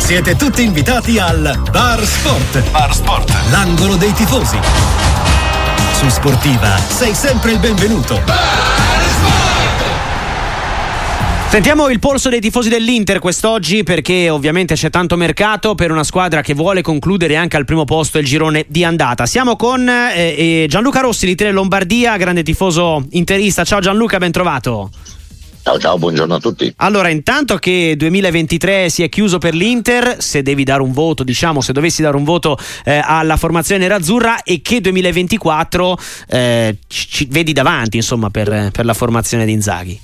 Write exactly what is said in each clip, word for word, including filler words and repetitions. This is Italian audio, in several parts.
Siete tutti invitati al Bar Sport. Bar Sport. L'angolo dei tifosi. Su Sportiva sei sempre il benvenuto. Bar Sport. Sentiamo il polso dei tifosi dell'Inter quest'oggi, perché ovviamente c'è tanto mercato per una squadra che vuole concludere anche al primo posto il girone di andata. Siamo con eh, eh, Gianluca Rossi di Tele Lombardia, grande tifoso interista. Ciao Gianluca, ben trovato. Ciao ciao, buongiorno a tutti. Allora, intanto che duemilaventitré si è chiuso per l'Inter, se devi dare un voto, diciamo, se dovessi dare un voto eh, alla formazione nerazzurra, e che duemilaventiquattro eh, ci vedi davanti, insomma, per, per la formazione di Inzaghi.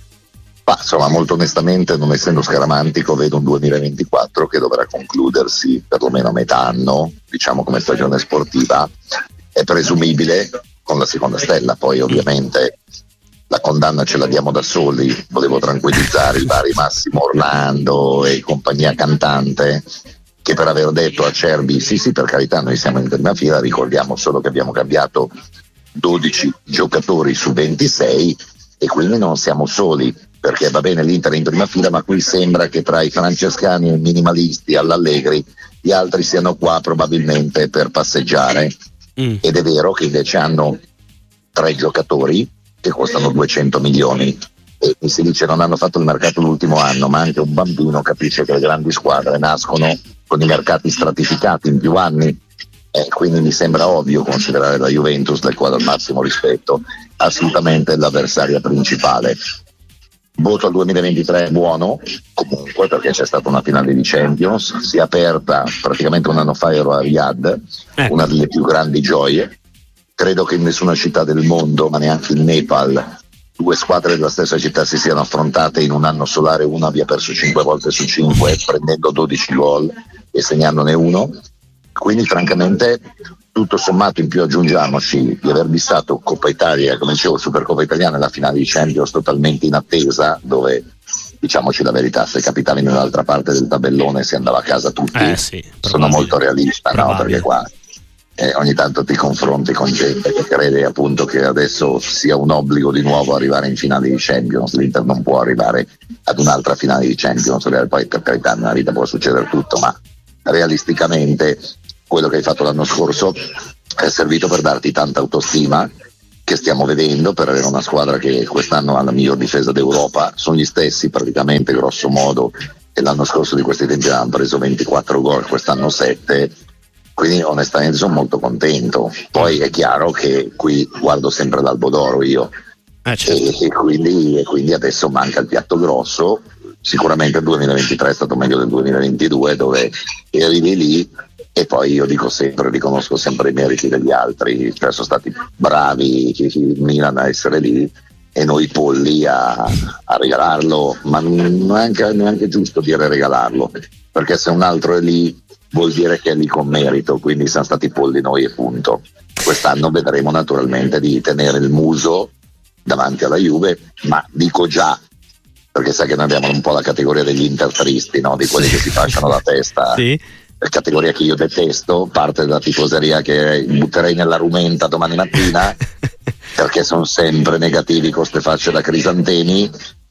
Ma insomma, molto onestamente, non essendo scaramantico, vedo un duemilaventiquattro che dovrà concludersi perlomeno a metà anno, diciamo come stagione sportiva. È presumibile con la seconda stella, poi ovviamente la condanna ce l'abbiamo da soli. Volevo tranquillizzare i vari Massimo Orlando e compagnia cantante, che per aver detto a Acerbi sì sì, per carità, noi siamo in prima fila, ricordiamo solo che abbiamo cambiato dodici giocatori su ventisei e quindi non siamo soli, perché va bene l'Inter è in prima fila, ma qui sembra che tra i francescani e i minimalisti all'Allegri gli altri siano qua probabilmente per passeggiare. mm. Ed è vero che invece hanno tre giocatori che costano duecento milioni e mi si dice non hanno fatto il mercato l'ultimo anno, ma anche un bambino capisce che le grandi squadre nascono con i mercati stratificati in più anni, e quindi mi sembra ovvio considerare la Juventus, del quale ho il massimo rispetto, assolutamente l'avversaria principale. Voto al duemilaventitré buono comunque, perché c'è stata una finale di Champions, si è aperta praticamente un anno fa, ero a Riyadh, eh. una delle più grandi gioie. Credo che in nessuna città del mondo, ma neanche in Nepal, due squadre della stessa città si siano affrontate in un anno solare, una abbia perso cinque volte su cinque, prendendo dodici gol e segnandone uno. Quindi francamente, tutto sommato, in più aggiungiamoci di aver vistato Coppa Italia, come dicevo, Supercoppa Italiana e la finale di Champions totalmente in attesa, dove, diciamoci la verità, se capitavi nell'altra parte del tabellone si andava a casa tutti. Eh sì, sono molto realista, no? Perché qua Eh, ogni tanto ti confronti con gente che crede appunto che adesso sia un obbligo di nuovo arrivare in finale di Champions. L'Inter non può arrivare ad un'altra finale di Champions, poi per carità nella vita può succedere tutto, ma realisticamente quello che hai fatto l'anno scorso è servito per darti tanta autostima, che stiamo vedendo, per avere una squadra che quest'anno ha la miglior difesa d'Europa. Sono gli stessi praticamente, grosso modo, e l'anno scorso di questi tempi hanno preso ventiquattro gol, quest'anno sette. Quindi onestamente sono molto contento. Poi è chiaro che qui guardo sempre l'albo d'oro io, eh, certo. e, e, quindi, e quindi adesso manca il piatto grosso. Sicuramente il duemilaventitré è stato meglio del duemilaventidue, dove arrivi lì e poi io dico sempre, riconosco sempre i meriti degli altri, cioè sono stati bravi il Milan a essere lì e noi polli a, a regalarlo, ma non è anche, neanche giusto dire regalarlo, perché se un altro è lì vuol dire che è lì con merito, quindi siamo stati polli noi e punto. Quest'anno vedremo naturalmente di tenere il muso davanti alla Juve, ma dico già, perché sai che noi abbiamo un po' la categoria degli intertristi, no? Di quelli che si fasciano la testa, sì. Categoria che io detesto, parte della tifoseria che butterei nella rumenta domani mattina perché sono sempre negativi con ste facce da crisantemi.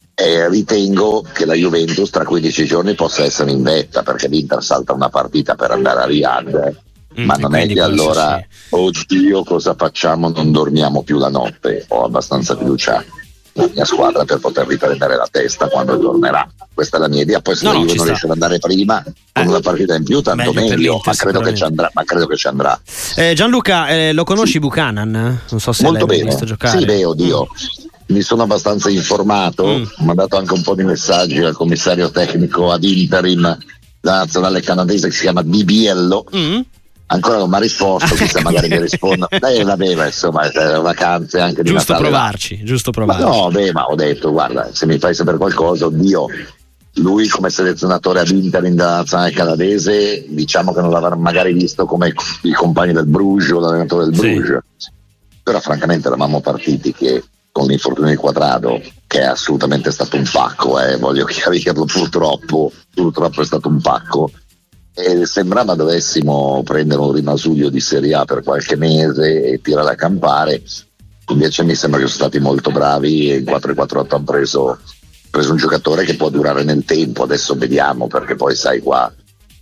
E ritengo che la Juventus tra quindici giorni possa essere in vetta, perché l'Inter salta una partita per andare a Riyadh, mm, ma non è che allora sì. Oddio, cosa facciamo, non dormiamo più la notte. Ho abbastanza fiducia nella mia squadra per poter riprendere la testa quando tornerà. Questa è la mia idea. Poi se no, la Juve non riesce ad andare prima con eh, una partita in più, tanto meglio, meglio ma, credo che ci andrà, ma credo che ci andrà. eh, Gianluca, eh, lo conosci sì. Buchanan? Non so se molto l'hai bene visto giocare. Sì, beh, oddio mm. Mi sono abbastanza informato, mm. ho mandato anche un po' di messaggi al commissario tecnico ad interim della nazionale canadese, che si chiama Di Biello. Mm. Ancora non mi ha risposto, chissà magari mi rispondo. Eh vabbè, ma insomma, vacanze anche di giusto Natale. Provarci, giusto provarci. Ma no, beh, ma ho detto, guarda, se mi fai sapere qualcosa, oddio, lui come selezionatore ad interim della nazionale canadese, diciamo che non l'avrà magari visto come i compagni del Bruges o l'allenatore del Bruges. Sì. Però francamente eravamo partiti che con l'infortunio di Quadrado, che è assolutamente stato un pacco, eh, voglio chiarirlo, purtroppo, purtroppo è stato un pacco, e sembrava dovessimo prendere un rimasuglio di Serie A per qualche mese e tirare a campare. Invece mi sembra che sono stati molto bravi e in quattro quattro otto hanno preso, preso un giocatore che può durare nel tempo. Adesso vediamo, perché poi sai qua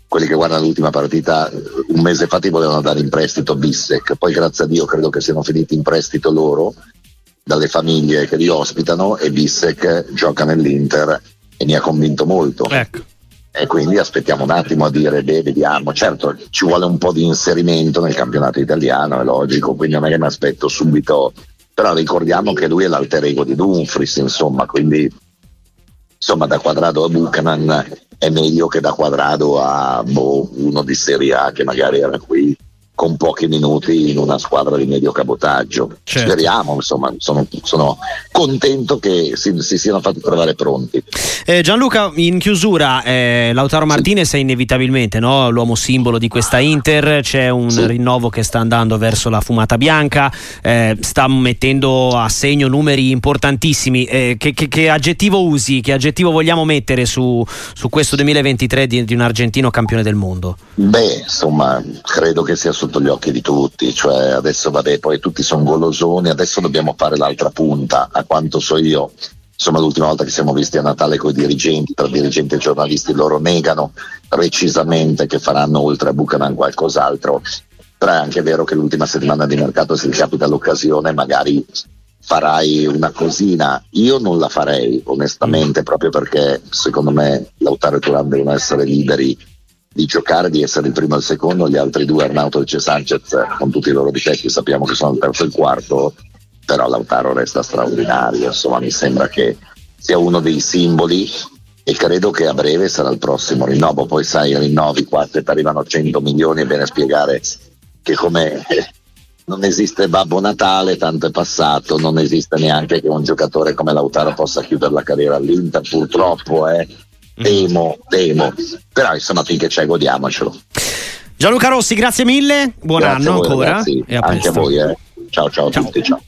quelli che guardano l'ultima partita un mese fa ti volevano dare in prestito Bissek, poi grazie a Dio credo che siano finiti in prestito loro dalle famiglie che li ospitano, e Bissek gioca nell'Inter e mi ha convinto molto. Ecco. E quindi aspettiamo un attimo a dire beh, vediamo, certo ci vuole un po' di inserimento nel campionato italiano, è logico, quindi non è che mi aspetto subito, però ricordiamo che lui è l'alter ego di Dumfries, insomma, quindi insomma da Quadrado a Buchanan è meglio che da Quadrado a boh, uno di Serie A che magari era qui con pochi minuti in una squadra di medio cabotaggio. Certo. Speriamo, insomma, sono, sono contento che si, si siano fatti trovare pronti. Eh, Gianluca, in chiusura, eh, Lautaro Martinez sì. è inevitabilmente, no, l'uomo simbolo di questa Inter, c'è un sì. rinnovo che sta andando verso la fumata bianca, eh, sta mettendo a segno numeri importantissimi, eh, che, che, che aggettivo usi, che aggettivo vogliamo mettere su, su questo duemilaventitré di, di un argentino campione del mondo? Beh, insomma, credo che sia sotto gli occhi di tutti, cioè adesso vabbè, poi tutti sono golosoni, adesso dobbiamo fare l'altra punta, a quanto so io, insomma l'ultima volta che siamo visti a Natale con i dirigenti, tra dirigenti e giornalisti, loro negano recisamente che faranno oltre a Buchanan qualcos'altro, però è anche vero che l'ultima settimana di mercato, se ti capita l'occasione magari farai una cosina, io non la farei onestamente, proprio perché secondo me Lautaro e Thuram devono essere liberi di giocare, di essere il primo e il secondo, gli altri due Arnautovic e Sanchez con tutti i loro difetti sappiamo che sono il terzo e il quarto, però Lautaro resta straordinario, insomma mi sembra che sia uno dei simboli e credo che a breve sarà il prossimo rinnovo, poi sai, rinnovi qua se ti arrivano cento milioni è bene spiegare che come non esiste Babbo Natale, tanto è passato, non esiste neanche che un giocatore come Lautaro possa chiudere la carriera all'Inter, purtroppo eh Temo, temo, però insomma finché c'è godiamocelo. Gianluca Rossi, grazie mille, buon grazie anno voi, ancora ragazzi, e a anche presto. a voi, eh. ciao ciao a ciao. tutti, ciao.